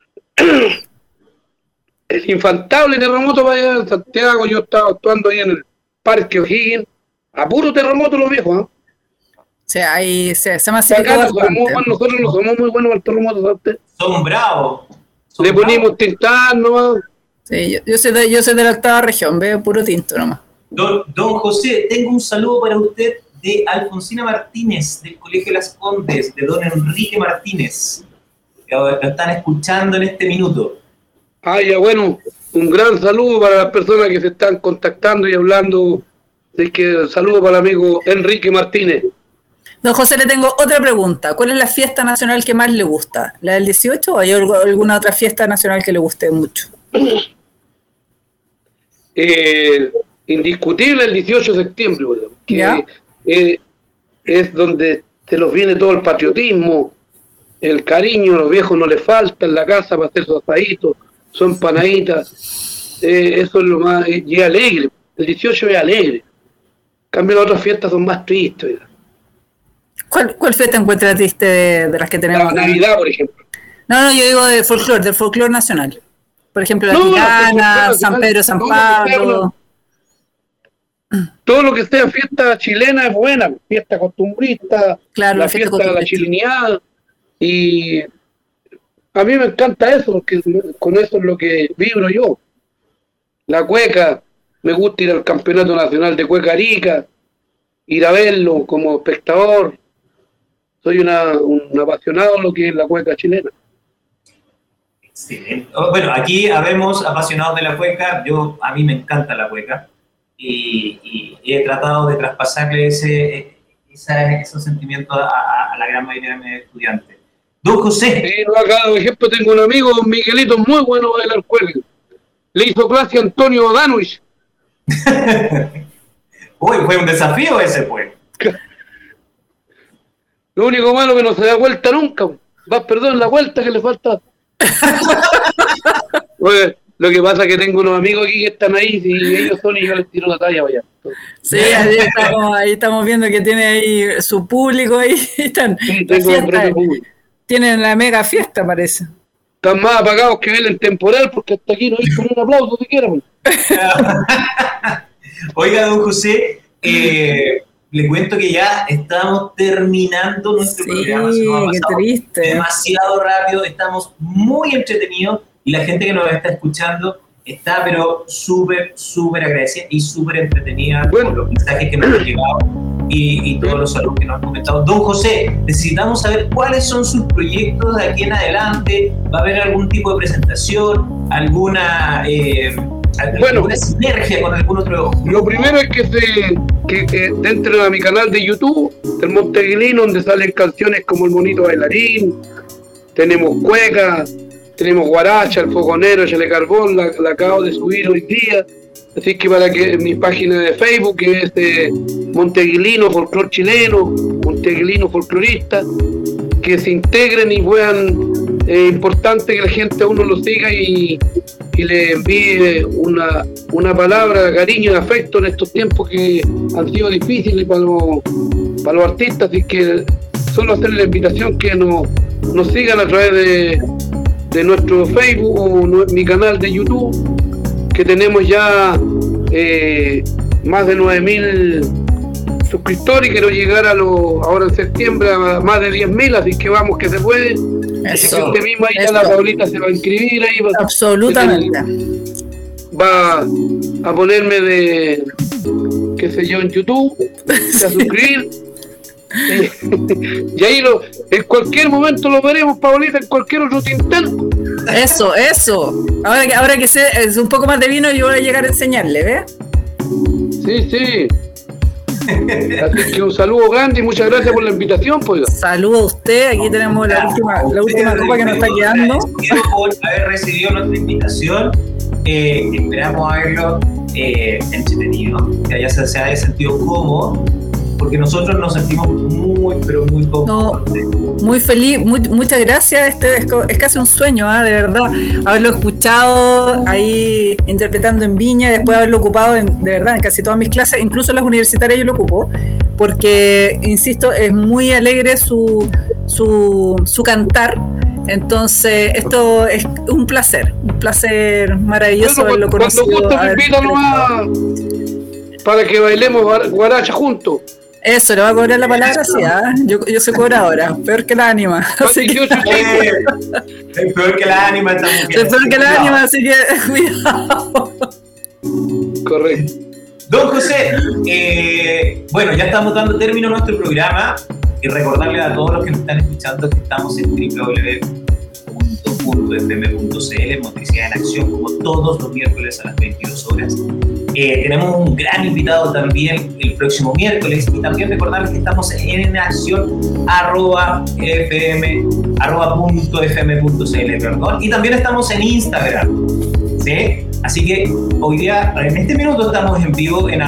El infaltable terremoto para allá en Santiago, yo estaba actuando ahí en el Parque O'Higgins, a puro terremoto los viejos, ¿no? O sea, ahí se masificó nosotros no somos muy buenos al terremoto, ¿sabes? Son bravos. Le ponimos tintar nomás. Sí, yo soy de la 8ª región, veo puro tinto nomás. Don José, tengo un saludo para usted de Alfonsina Martínez, del Colegio Las Condes, de don Enrique Martínez. Lo están escuchando en este minuto. Ya bueno, un gran saludo para las personas que se están contactando y hablando. Así que saludo para el amigo Enrique Martínez. Don José, le tengo otra pregunta. ¿Cuál es la fiesta nacional que más le gusta? ¿La del 18 o hay alguna otra fiesta nacional que le guste mucho? Indiscutible el 18 de septiembre, que es donde se los viene todo el patriotismo, el cariño, los viejos no les falta en la casa para hacer sus asaditos, son panaditas, eso es lo más, y es alegre, el 18 es alegre, en cambio las otras fiestas son más tristes. ¿Cuál fiesta encuentra triste de las que tenemos? La Navidad, por ejemplo. No, yo digo del folclore nacional. Por ejemplo, la Gitana, San Pedro, San Pablo. Todo lo que sea fiesta chilena es buena, fiesta costumbrista, claro, la fiesta de la chileneada. Y a mí me encanta eso, porque con eso es lo que vibro yo. La cueca, me gusta ir al Campeonato Nacional de Cueca Arica, ir a verlo como espectador. Soy un apasionado de lo que es la cueca chilena. Excelente. Bueno, aquí habemos apasionados de la cueca. A mí me encanta la cueca y he tratado de traspasarle esos sentimientos a la gran mayoría de mis estudiantes. Don José. Sí, acá, por ejemplo, tengo un amigo, don Miguelito, muy bueno a bailar cueca. Le hizo clase a Antonio Danuich Uy, fue un desafío ese, pues. Lo único malo que no se da vuelta nunca. Perdón, la vuelta que le falta. Oye, lo que pasa es que tengo unos amigos aquí que están ahí, si ellos son y yo les tiro la talla para allá. Sí, ahí estamos viendo que tiene ahí su público ahí. Están, sí, tengo un propio público. Tienen la mega fiesta, parece. Están más apagados que Belén Temporal, porque hasta aquí no hay con un aplauso siquiera. Oiga, don José, le cuento que ya estamos terminando nuestro programa. Se nos ha pasado qué triste. Demasiado rápido, estamos muy entretenidos y la gente que nos está escuchando está pero súper agradecida y súper entretenida por los mensajes que nos han llegado y todos los saludos que nos han comentado. Don José, necesitamos saber cuáles son sus proyectos de aquí en adelante. ¿Va a haber algún tipo de presentación? ¿Alguna sinergia con algún otro? Lo primero es que dentro de mi canal de YouTube, del Monteaguilino, donde salen canciones como El Monito Bailarín, tenemos cuecas, tenemos guaracha, El Fogonero, Chale Carbón, la acabo de subir hoy día. Así que para que mi página de Facebook, que es Monteaguilino Folclor Chileno, Monteaguilino Folclorista, que se integren y puedan, importante que la gente a uno lo siga y le envíe una palabra de cariño y de afecto en estos tiempos que han sido difíciles para los artistas. Así que solo hacerle la invitación que nos sigan a través de nuestro Facebook o mi canal de YouTube, que tenemos ya más de 9.000 suscriptores y quiero llegar ahora en septiembre a más de 10.000, así que vamos que se puede. Así que usted mismo ahí ya la Paulita se va a inscribir ahí. Absolutamente. Va a ponerme de, qué sé yo, en YouTube, a suscribir. Y ahí en cualquier momento lo veremos, Paulita, en cualquier otro tintero. Eso. Ahora que sé es un poco más de vino, yo voy a llegar a enseñarle, ¿ves? Sí. Así que un saludo grande y muchas gracias por la invitación, pues. Saludo a usted, aquí tenemos la última copa que nos está quedando. Gracias por haber recibido nuestra invitación. Esperamos haberlo entretenido, que se haya sentido cómodo, porque nosotros nos sentimos muy cómodos. Muy feliz, muchas gracias. Es casi un sueño, de verdad, haberlo escuchado ahí interpretando en Viña, después haberlo ocupado de verdad en casi todas mis clases, incluso en las universitarias yo lo ocupo, porque, insisto, es muy alegre su cantar. Entonces, esto es un placer maravilloso haberlo conocido. Cuando guste me invita nomás para que bailemos guaracha juntos. Eso, le va a cobrar la palabra, sí, yo soy cobradora, peor que la ánima. Así que... Es peor que la ánima esta mujer. Es peor que la ánima, así que cuidado. Correcto. Don José, bueno, ya estamos dando término a nuestro programa y recordarle a todos los que nos están escuchando que estamos en www.fm.cl, Motricidad en Acción, como todos los miércoles a las 22 horas. Tenemos un gran invitado también el próximo miércoles y también recordarles que estamos en acción @.fm.cl, perdón, y también estamos en Instagram, ¿sí? Así que hoy día, en este minuto, estamos en vivo en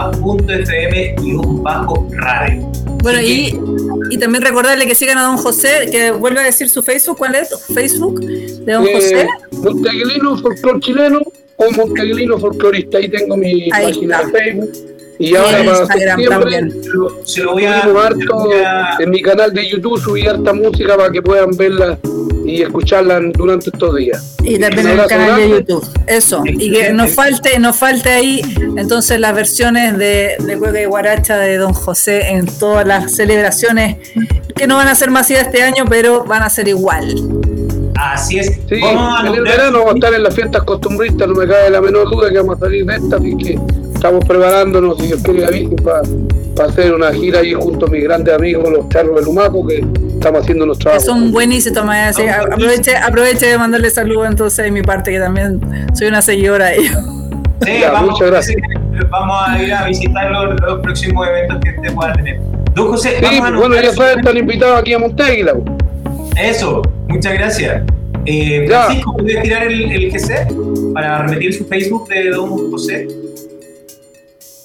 @.fm_radio. Bueno, y también recordarle que sigan a Don José, que vuelva a decir su Facebook. ¿Cuál es? ¿Facebook de Don José? Monteaguilino Folclor Chileno o Monteaguilino Folclorista. Ahí tengo mi página de Facebook. Y ahora para septiembre se lo voy a en mi canal de YouTube, subí harta música para que puedan verla y escucharla durante estos días. Y también en el canal de YouTube. Eso. Y que nos falte ahí entonces las versiones de cueca y guaracha de Don José en todas las celebraciones que no van a ser masivas este año, pero van a ser igual. Así es. Sí, en el verano vamos a estar en las fiestas costumbristas, no me cabe la menor duda que vamos a salir de esta, así que estamos preparándonos, si Dios quiere la Virgen, para hacer una gira ahí junto a mis grandes amigos, los charros de Lumaco, que estamos haciendo unos trabajos. Son buenísimos, aproveche de mandarle saludos entonces de mi parte, que también soy una seguidora de ellos. Sí, muchas gracias. Vamos a ir a visitar los próximos eventos que usted pueda tener. Don José, sí, bueno, ya saben, están invitados aquí a Monteaguila. Eso, muchas gracias. Francisco, ¿puedes tirar el GC para repetir su Facebook de Don José?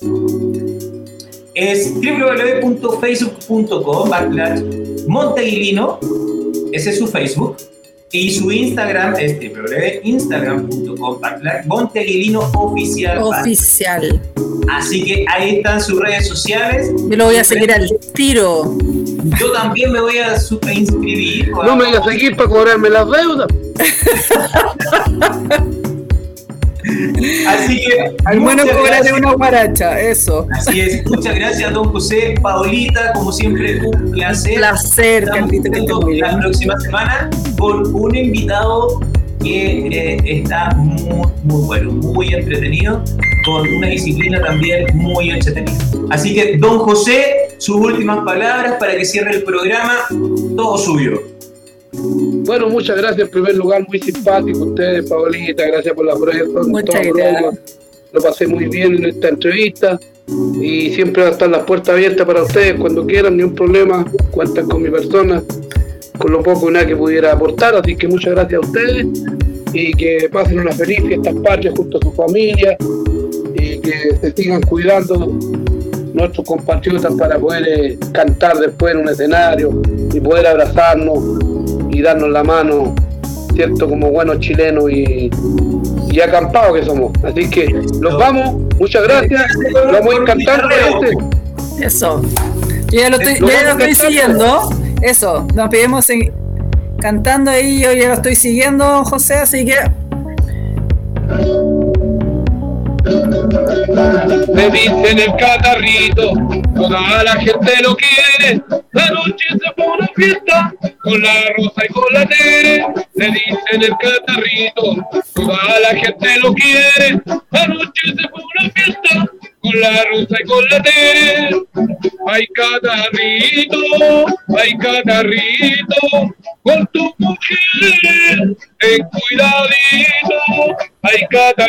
es www.facebook.com/Monteaguilino, ese es su Facebook, y su Instagram es www.instagram.com/Monteaguilino Oficial. Así que ahí están sus redes sociales. Yo lo voy a seguir al tiro. Yo también me voy a inscribir. No me voy a seguir para cobrarme las deudas. Así que al menos cobraré una guaracha, eso. Así es, muchas gracias, don José. Paolita, como siempre, un placer. Estamos viendo la próxima semana con un invitado que está muy bueno, muy entretenido, con una disciplina también muy entretenida. Así que, don José, sus últimas palabras para que cierre el programa, todo suyo. Bueno, muchas gracias en primer lugar, muy simpático ustedes, Paolita, gracias por la proyección. Muchas gracias. Lo pasé muy bien en esta entrevista y siempre van a estar las puertas abiertas para ustedes cuando quieran, ni un problema, cuentan con mi persona, con lo poco y nada que pudiera aportar, así que muchas gracias a ustedes y que pasen una feliz fiesta patria junto a su familia y que se sigan cuidando nuestros compatriotas para poder cantar después en un escenario y poder abrazarnos y darnos la mano, ¿cierto? Como buenos chilenos y acampados que somos. Así que los vamos, muchas gracias, lo vamos a ir cantando. Eso. Yo ya lo estoy siguiendo. Eso, nos pedimos cantando ahí, yo ya lo estoy siguiendo, José, así que... Me dicen el catarrito, toda la gente lo quiere. La noche se fue una fiesta, con la rosa y con la tere. Le dicen el catarrito, toda la gente lo quiere. La noche se fue una fiesta, con la rosa y con la tere. Ay catarrito, con tu mujer, ten cuidadito. Ay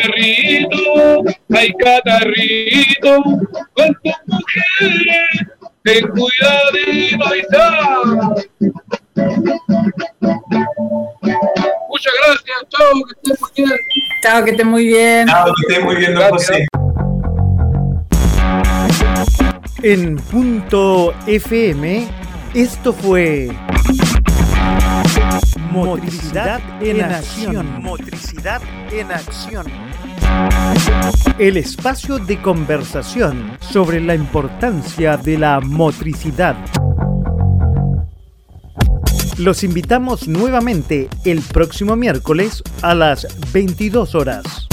catarrito, con tu mujer, ten cuidadito. Ahí está. Muchas gracias, chao, que estés muy bien. Chao, que estés muy bien. Chao, que estés muy bien, don José. En Punto FM, esto fue Motricidad en Acción. Motricidad en Acción. El espacio de conversación sobre la importancia de la motricidad. Los invitamos nuevamente el próximo miércoles a las 22 horas.